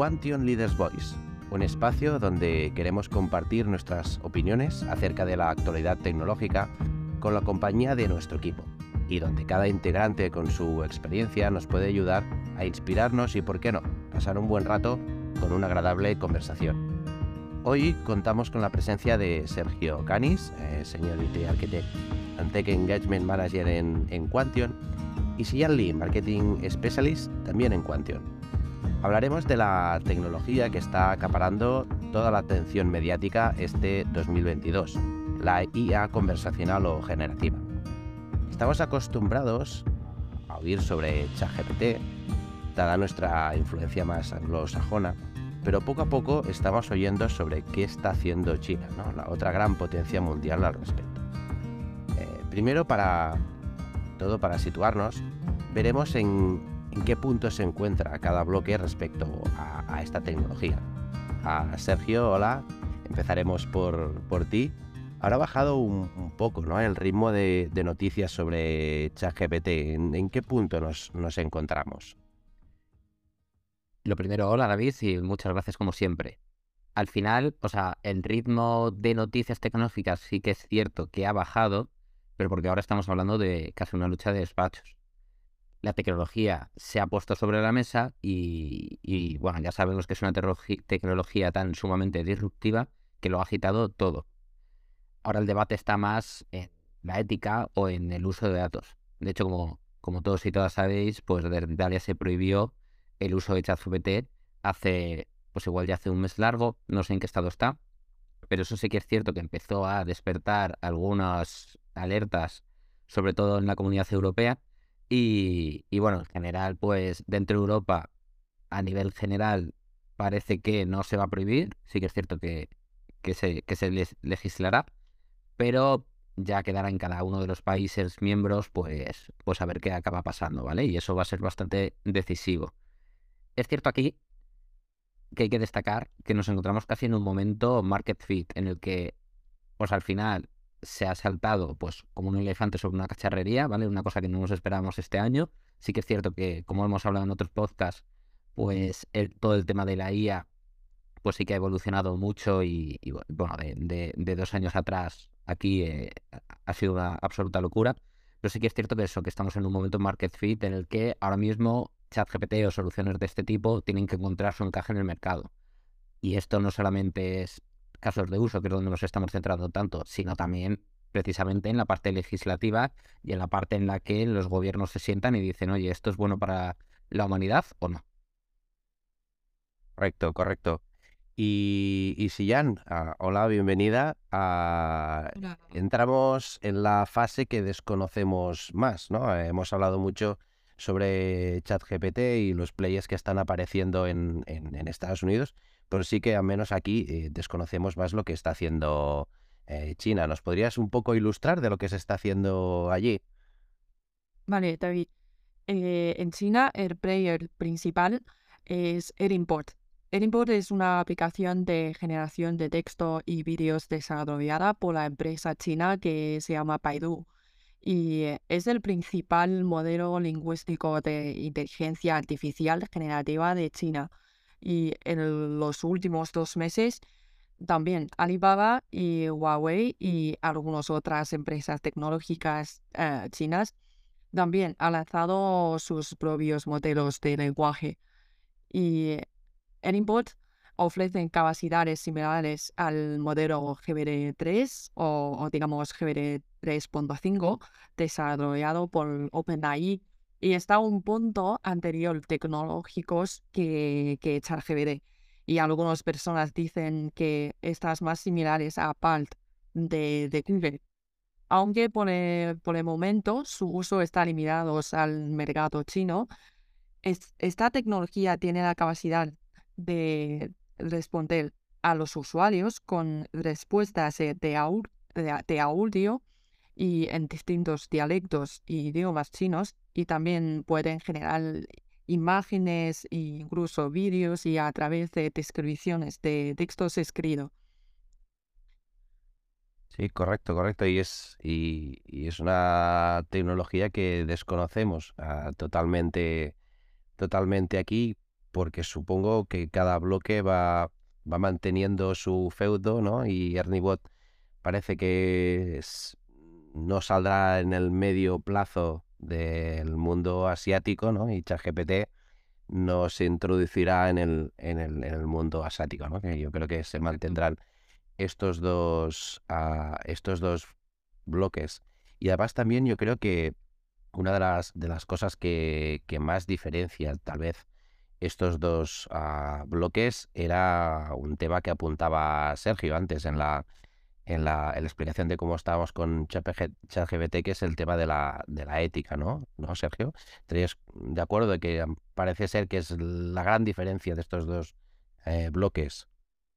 Quantium Leaders Voice, un espacio donde queremos compartir nuestras opiniones acerca de la actualidad tecnológica con la compañía de nuestro equipo y donde cada integrante con su experiencia nos puede ayudar a inspirarnos y, por qué no, pasar un buen rato con una agradable conversación. Hoy contamos con la presencia de Sergio Canis, Senior IT Architect and Tech Engagement Manager en Quantium, y Xian Li, Marketing Specialist, también en Quantium. Hablaremos de la tecnología que está acaparando toda la atención mediática este 2022, la IA conversacional o generativa. Estamos acostumbrados a oír sobre ChatGPT, dada nuestra influencia más anglosajona, pero poco a poco estamos oyendo sobre qué está haciendo China, ¿no? La otra gran potencia mundial al respecto. Primero, para situarnos, veremos en qué punto se encuentra cada bloque respecto a esta tecnología. Sergio, hola, empezaremos por ti. Ahora ha bajado un poco, ¿no?, el ritmo de noticias sobre ChatGPT. ¿En qué punto nos encontramos? Lo primero, hola David, y muchas gracias como siempre. Al final, el ritmo de noticias tecnológicas sí que es cierto que ha bajado, pero porque ahora estamos hablando de casi una lucha de despachos. La tecnología se ha puesto sobre la mesa y bueno, ya sabemos que es una tecnología tan sumamente disruptiva que lo ha agitado todo. Ahora el debate está más en la ética o en el uso de datos. De hecho, como todos y todas sabéis, pues desde Italia se prohibió el uso de ChatGPT pues igual ya hace un mes largo, no sé en qué estado está, pero eso sí que es cierto que empezó a despertar algunas alertas, sobre todo en la Comunidad Europea, y bueno, en general, pues dentro de Europa, a nivel general, parece que no se va a prohibir, sí que es cierto que se legislará, pero ya quedará en cada uno de los países miembros, pues a ver qué acaba pasando, ¿vale? Y eso va a ser bastante decisivo. Es cierto aquí que hay que destacar que nos encontramos casi en un momento market fit, en el que, pues al final, se ha saltado, pues como un elefante sobre una cacharrería, ¿vale? Una cosa que no nos esperábamos este año. Sí que es cierto que, como hemos hablado en otros podcasts, pues todo el tema de la IA, pues sí que ha evolucionado mucho y bueno, de 2 años atrás aquí ha sido una absoluta locura. Pero sí que es cierto que estamos en un momento market fit en el que ahora mismo ChatGPT o soluciones de este tipo tienen que encontrar su encaje en el mercado. Y esto no solamente es casos de uso, que es donde nos estamos centrando tanto, sino también precisamente en la parte legislativa y en la parte en la que los gobiernos se sientan y dicen, oye, ¿esto es bueno para la humanidad o no? Correcto. Y Xian, hola, bienvenida. Hola. Entramos en la fase que desconocemos más, ¿no? Hemos hablado mucho sobre ChatGPT y los players que están apareciendo en Estados Unidos, pero sí que al menos aquí desconocemos más lo que está haciendo China. ¿Nos podrías un poco ilustrar de lo que se está haciendo allí? Vale, David. En China, el player principal es Erimport. Erimport es una aplicación de generación de texto y vídeos desarrollada por la empresa china que se llama Baidu. Y es el principal modelo lingüístico de inteligencia artificial generativa de China. Y en los últimos 2 meses, también Alibaba y Huawei y algunas otras empresas tecnológicas chinas también ha lanzado sus propios modelos de lenguaje y Enibot ofrecen capacidades similares al modelo GPT-3 o digamos GPT 3.5 desarrollado por OpenAI y está a un punto anterior tecnológicos que ChatGPT. Y algunas personas dicen que estas más similares a PALT de Google, aunque por el momento su uso está limitado al mercado chino. Esta tecnología tiene la capacidad de responder a los usuarios con respuestas de audio y en distintos dialectos y idiomas chinos, y también pueden generar imágenes e incluso vídeos y a través de descripciones de textos escritos. Sí, correcto. Y es una tecnología que desconocemos totalmente aquí. porque supongo que cada bloque va manteniendo su feudo, ¿no? Y Erniebot parece que no saldrá en el medio plazo del mundo asiático, ¿no? Y ChatGPT no se introducirá en el mundo asiático, ¿no? Que yo creo que se Exacto. mantendrán estos dos bloques. Y además también yo creo que una de las cosas que más diferencia tal vez estos dos bloques era un tema que apuntaba Sergio antes en la explicación de cómo estábamos con ChatGPT, que es el tema de la ética, ¿no? ¿No, Sergio? ¿Estarías de acuerdo de que parece ser que es la gran diferencia de estos dos bloques?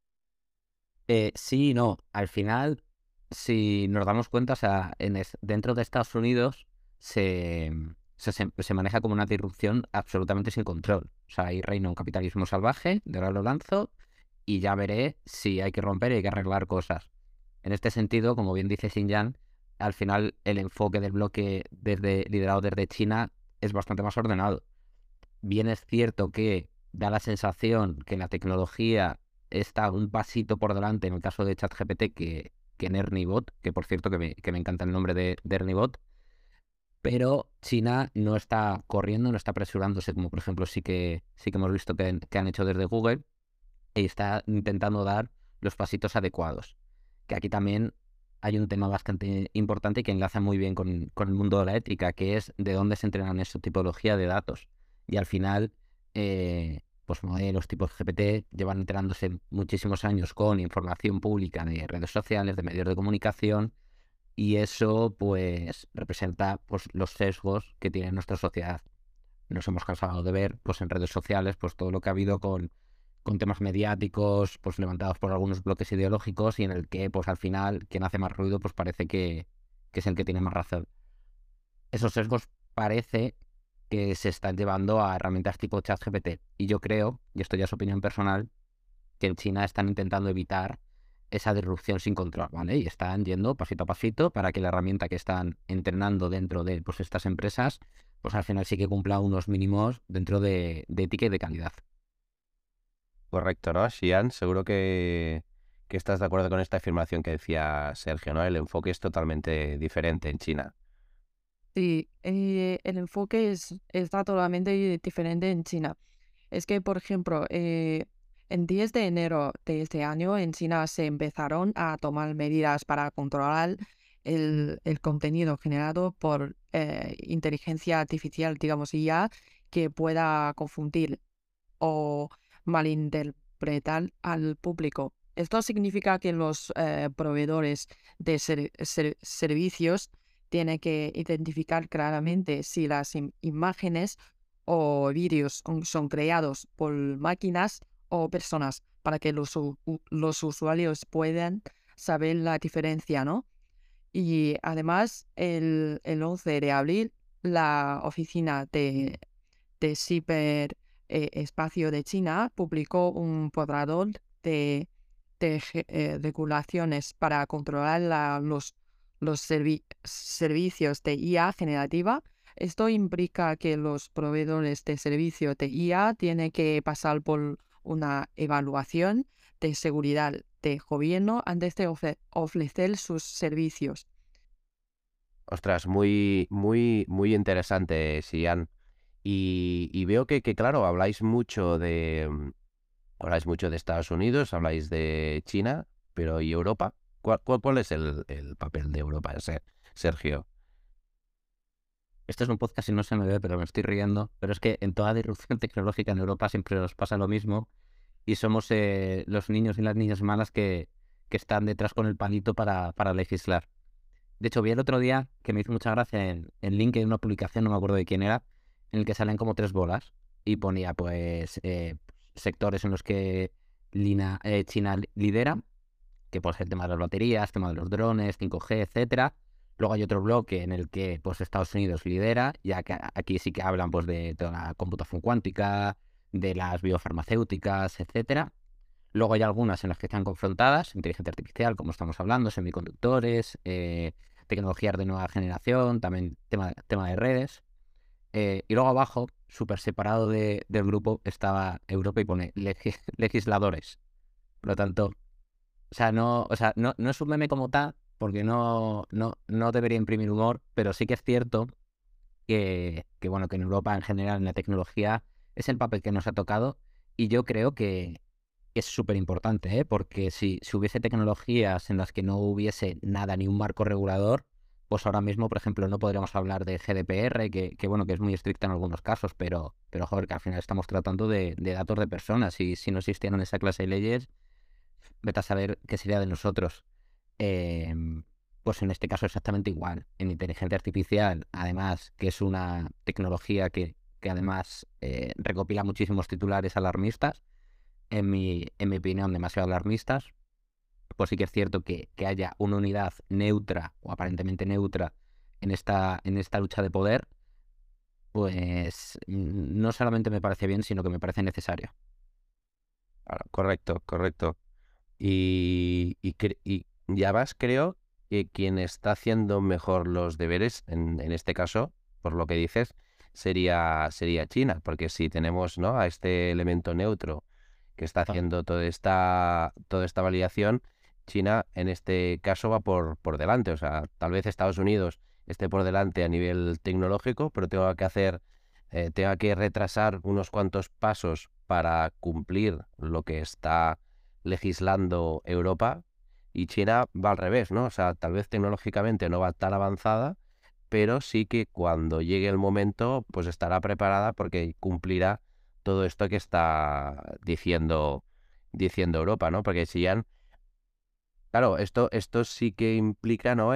Sí y no. Al final, si nos damos cuenta, o sea, dentro de Estados Unidos se, se maneja como una disrupción absolutamente sin control. O sea, ahí reina un capitalismo salvaje, de ahora lo lanzo y ya veré si hay que romper y hay que arreglar cosas. En este sentido, como bien dice Xinjiang, al final el enfoque del bloque liderado desde China es bastante más ordenado. Bien es cierto que da la sensación que la tecnología está un pasito por delante en el caso de ChatGPT que en Erniebot, que por cierto que me encanta el nombre de Erniebot, pero China no está corriendo, no está apresurándose, como por ejemplo sí que hemos visto que han hecho desde Google, y está intentando dar los pasitos adecuados. Que aquí también hay un tema bastante importante que enlaza muy bien con el mundo de la ética, que es de dónde se entrenan esta tipología de datos. Y al final, pues modelos tipo GPT llevan entrenándose muchísimos años con información pública de redes sociales, de medios de comunicación, y eso pues representa pues los sesgos que tiene nuestra sociedad. Nos hemos cansado de ver pues en redes sociales pues todo lo que ha habido con temas mediáticos pues levantados por algunos bloques ideológicos y en el que pues al final quien hace más ruido pues parece que es el que tiene más razón. Esos sesgos parece que se están llevando a herramientas tipo ChatGPT y yo creo, y esto ya es opinión personal, que en China están intentando evitar esa disrupción sin control, ¿vale? Y están yendo pasito a pasito para que la herramienta que están entrenando dentro de pues, estas empresas, pues al final sí que cumpla unos mínimos dentro de ética y de calidad. Correcto, ¿no? Xian, seguro que estás de acuerdo con esta afirmación que decía Sergio, ¿no? El enfoque es totalmente diferente en China. Sí, el enfoque está totalmente diferente en China. Es que, por ejemplo, en 10 de enero de este año en China se empezaron a tomar medidas para controlar el contenido generado por inteligencia artificial, digamos, IA, que pueda confundir o malinterpretar al público. Esto significa que los proveedores de servicios tienen que identificar claramente si las imágenes o vídeos son creados por máquinas o personas para que los usuarios puedan saber la diferencia, ¿no? Y además, el 11 de abril, la oficina de Ciberespacio de China publicó un borrador de regulaciones para controlar los servicios de IA generativa. Esto implica que los proveedores de servicios de IA tienen que pasar por una evaluación de seguridad de gobierno antes de ofrecer sus servicios. Ostras, muy, muy, muy interesante, Xian. Y veo que, claro, habláis mucho de Estados Unidos, habláis de China, pero ¿y Europa? ¿Cuál es el papel de Europa, Sergio? Este es un podcast y no se me ve, pero me estoy riendo. Pero es que en toda disrupción tecnológica en Europa siempre nos pasa lo mismo y somos los niños y las niñas malas que están detrás con el palito para legislar. De hecho, vi el otro día que me hizo mucha gracia en LinkedIn una publicación, no me acuerdo de quién era, en el que salen como tres bolas y ponía pues sectores en los que China lidera, que puede ser el tema de las baterías, tema de los drones, 5G, etcétera. Luego hay otro bloque en el que pues Estados Unidos lidera, ya que aquí sí que hablan pues de toda la computación cuántica, de las biofarmacéuticas, etcétera. Luego hay algunas en las que están confrontadas, inteligencia artificial, como estamos hablando, semiconductores, tecnologías de nueva generación, también tema de redes. Y luego abajo, súper separado del grupo, estaba Europa y pone legisladores. Por lo tanto, no es un meme como tal, porque no debería imprimir humor, pero sí que es cierto bueno, que en Europa en general en la tecnología es el papel que nos ha tocado, y yo creo que es súper importante, porque si hubiese tecnologías en las que no hubiese nada, ni un marco regulador, pues ahora mismo, por ejemplo, no podríamos hablar de GDPR, que bueno, que es muy estricta en algunos casos, pero joder, que al final estamos tratando de datos de personas, y si no existieran esa clase de leyes, vete a saber qué sería de nosotros. Pues en este caso exactamente igual. En inteligencia artificial, además, que es una tecnología que además recopila muchísimos titulares alarmistas, en mi opinión, demasiado alarmistas, pues sí que es cierto que haya una unidad neutra o aparentemente neutra en esta lucha de poder, pues no solamente me parece bien, sino que me parece necesario. Claro, correcto, correcto. Y además creo que quien está haciendo mejor los deberes, en este caso, por lo que dices, sería China, porque si tenemos, ¿no?, a este elemento neutro que está Ah, haciendo toda esta validación, China en este caso va por delante. O sea, tal vez Estados Unidos esté por delante a nivel tecnológico, pero tenga que retrasar unos cuantos pasos para cumplir lo que está legislando Europa, y China va al revés, ¿no? O sea, tal vez tecnológicamente no va tan avanzada, pero sí que cuando llegue el momento, pues estará preparada porque cumplirá todo esto que está diciendo Europa, ¿no? Porque si ya, claro, esto sí que implica, ¿no?,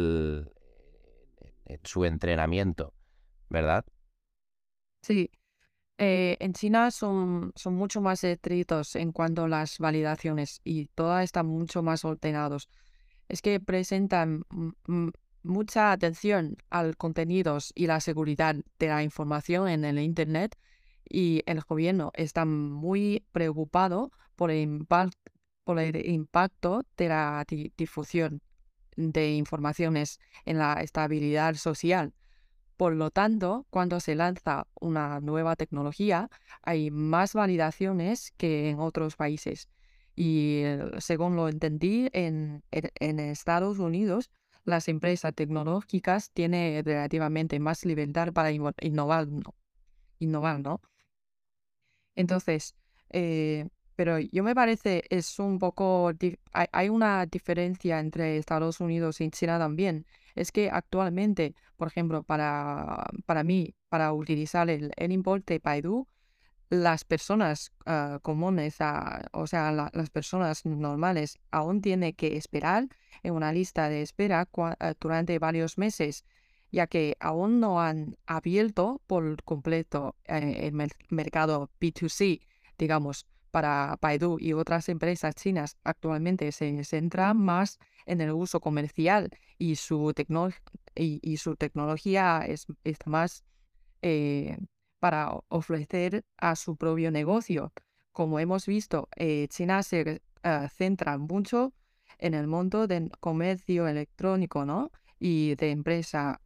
en su entrenamiento, ¿verdad? Sí, en China son mucho más estrictos en cuanto a las validaciones y todo está mucho más ordenados. Es que presentan mucha atención al contenidos y la seguridad de la información en el Internet, y el gobierno está muy preocupado por el impacto de la difusión de informaciones en la estabilidad social. Por lo tanto, cuando se lanza una nueva tecnología, hay más validaciones que en otros países. Y según lo entendí, en Estados Unidos, las empresas tecnológicas tienen relativamente más libertad para innovar, ¿no? Entonces, eh, pero yo me parece es un poco, hay una diferencia entre Estados Unidos y China también. Es que actualmente, por ejemplo, para mí, para utilizar el import de Baidu, las personas comunes, o sea, las personas normales, aún tienen que esperar en una lista de espera durante varios meses, ya que aún no han abierto por completo el mercado B2C, digamos, para Baidu y otras empresas chinas. Actualmente se centra más en el uso comercial, y su tecnología está más eh, para ofrecer a su propio negocio. Como hemos visto, China se centra mucho en el mundo del comercio electrónico, ¿no? Y de empresa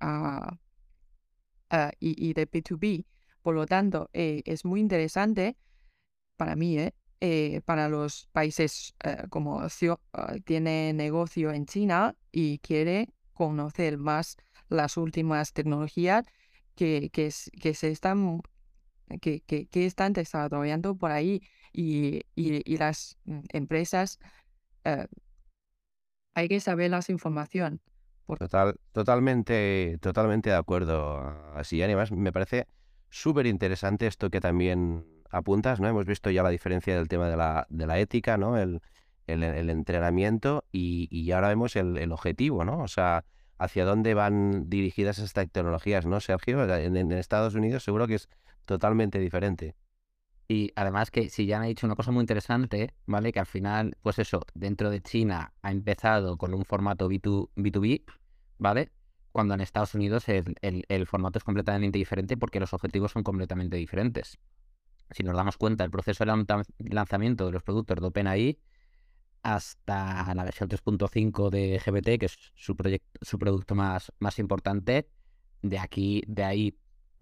y de B2B. Por lo tanto, es muy interesante para mí, para los países como tiene negocio en China y quiere conocer más las últimas tecnologías que están desarrollando por ahí, y las empresas, eh, hay que saber las información. Totalmente de acuerdo. Así, y además me parece súper interesante esto que también apuntas, ¿no? Hemos visto ya la diferencia del tema de la ética, ¿no? El entrenamiento, y ahora vemos el objetivo, ¿no? O sea, hacia dónde van dirigidas estas tecnologías, ¿no, Sergio? En Estados Unidos seguro que es totalmente diferente. Y además que si ya me ha dicho una cosa muy interesante, ¿vale? Que al final, pues eso, dentro de China ha empezado con un formato B2B, ¿vale? Cuando en Estados Unidos el formato es completamente diferente, porque los objetivos son completamente diferentes. Si nos damos cuenta, el proceso de lanzamiento de los productos de OpenAI hasta la versión 3.5 de GPT, que es su producto más importante, de ahí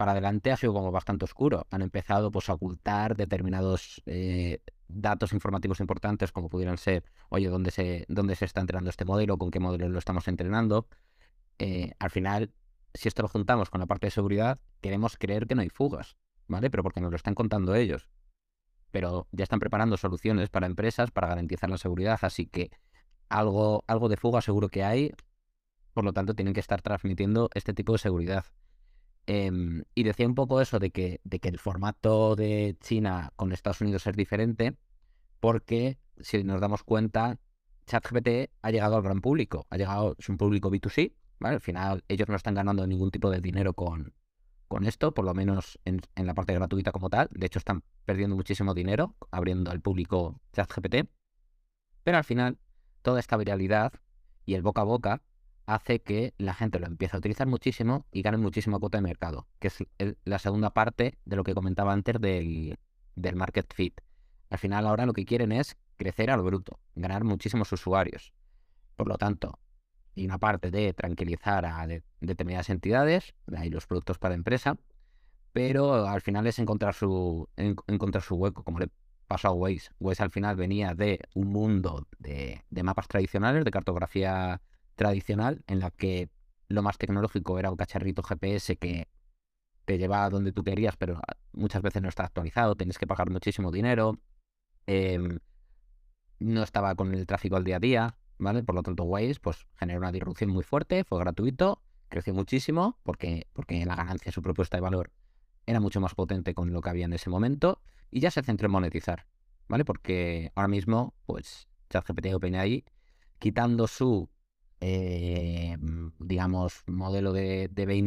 para adelante ha sido como bastante oscuro. Han empezado pues a ocultar determinados datos informativos importantes, como pudieran ser, oye, dónde se está entrenando este modelo, con qué modelo lo estamos entrenando. Al final, si esto lo juntamos con la parte de seguridad, queremos creer que no hay fugas, ¿vale? Pero porque nos lo están contando ellos. Pero ya están preparando soluciones para empresas para garantizar la seguridad, así que algo de fuga seguro que hay, por lo tanto tienen que estar transmitiendo este tipo de seguridad. Y decía un poco eso de que el formato de China con Estados Unidos es diferente, porque si nos damos cuenta, ChatGPT ha llegado al gran público, es un público B2C, ¿vale? Al final ellos no están ganando ningún tipo de dinero con esto, por lo menos en la parte gratuita como tal. De hecho, están perdiendo muchísimo dinero abriendo al público ChatGPT. Pero al final, toda esta viralidad y el boca a boca hace que la gente lo empiece a utilizar muchísimo y gane muchísima cuota de mercado, que es la segunda parte de lo que comentaba antes del market fit. Al final ahora lo que quieren es crecer a lo bruto, ganar muchísimos usuarios. Por lo tanto, hay una parte de tranquilizar a determinadas entidades, de ahí los productos para empresa, pero al final es encontrar su hueco, como le pasó a Waze. Waze al final venía de un mundo de mapas tradicionales, de cartografía tradicional, en la que lo más tecnológico era un cacharrito GPS que te llevaba a donde tú querías, pero muchas veces no está actualizado, tienes que pagar muchísimo dinero, no estaba con el tráfico al día a día, ¿vale? Por lo tanto, Waze pues generó una disrupción muy fuerte, fue gratuito, creció muchísimo, porque la ganancia de su propuesta de valor era mucho más potente con lo que había en ese momento, y ya se centró en monetizar, ¿vale? Porque ahora mismo, pues, ChatGPT y OpenAI, quitando su, digamos, modelo de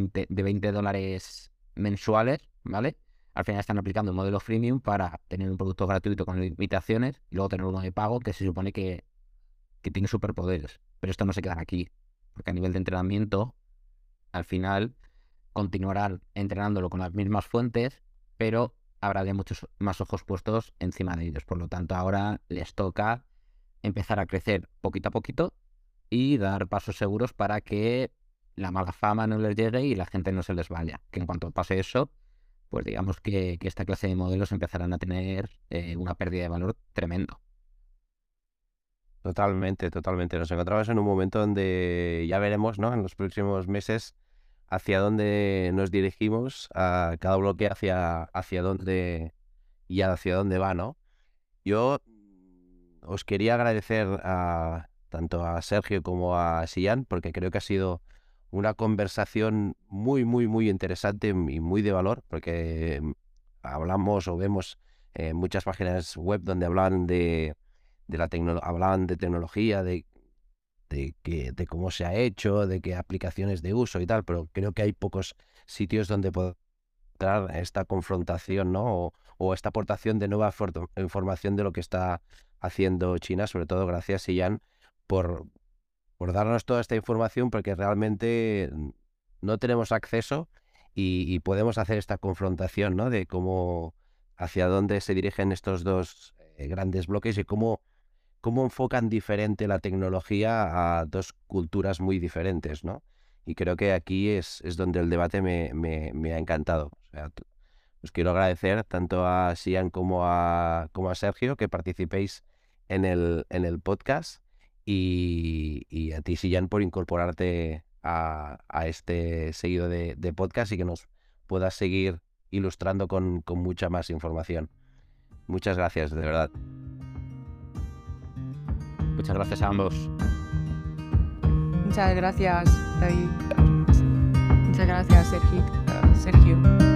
$20 mensuales, ¿vale? Al final están aplicando un modelo freemium para tener un producto gratuito con limitaciones y luego tener uno de pago que se supone que tiene superpoderes. Pero esto no se queda aquí, porque a nivel de entrenamiento, al final continuarán entrenándolo con las mismas fuentes, pero habrá de muchos más ojos puestos encima de ellos. Por lo tanto, ahora les toca empezar a crecer poquito a poquito y dar pasos seguros para que la mala fama no les llegue y la gente no se les vaya. Que en cuanto pase eso, pues digamos que esta clase de modelos empezarán a tener una pérdida de valor tremendo. Totalmente, totalmente. Nos encontramos en un momento donde ya veremos, ¿no? En los próximos meses hacia dónde nos dirigimos, a cada bloque hacia dónde y hacia dónde va, ¿no? Yo os quería agradecer tanto a Sergio como a Sillán, porque creo que ha sido una conversación muy, muy, muy interesante y muy de valor, porque hablamos o vemos muchas páginas web donde hablan hablaban de tecnología, de cómo se ha hecho, de qué aplicaciones de uso y tal, pero creo que hay pocos sitios donde poder encontrar esta confrontación, ¿no? O esta aportación de nueva información de lo que está haciendo China, sobre todo gracias, Sillán, por darnos toda esta información, porque realmente no tenemos acceso y podemos hacer esta confrontación, ¿no? De cómo, hacia dónde se dirigen estos dos grandes bloques y cómo enfocan diferente la tecnología a dos culturas muy diferentes, ¿no? Y creo que aquí es donde el debate me ha encantado. O sea, os quiero agradecer tanto a Sian como a Sergio que participéis en el podcast y a ti, Sian, por incorporarte a este seguido de podcast y que nos puedas seguir ilustrando con mucha más información. Muchas gracias, de verdad. Muchas gracias a ambos. Muchas gracias, David. Muchas gracias, Sergio.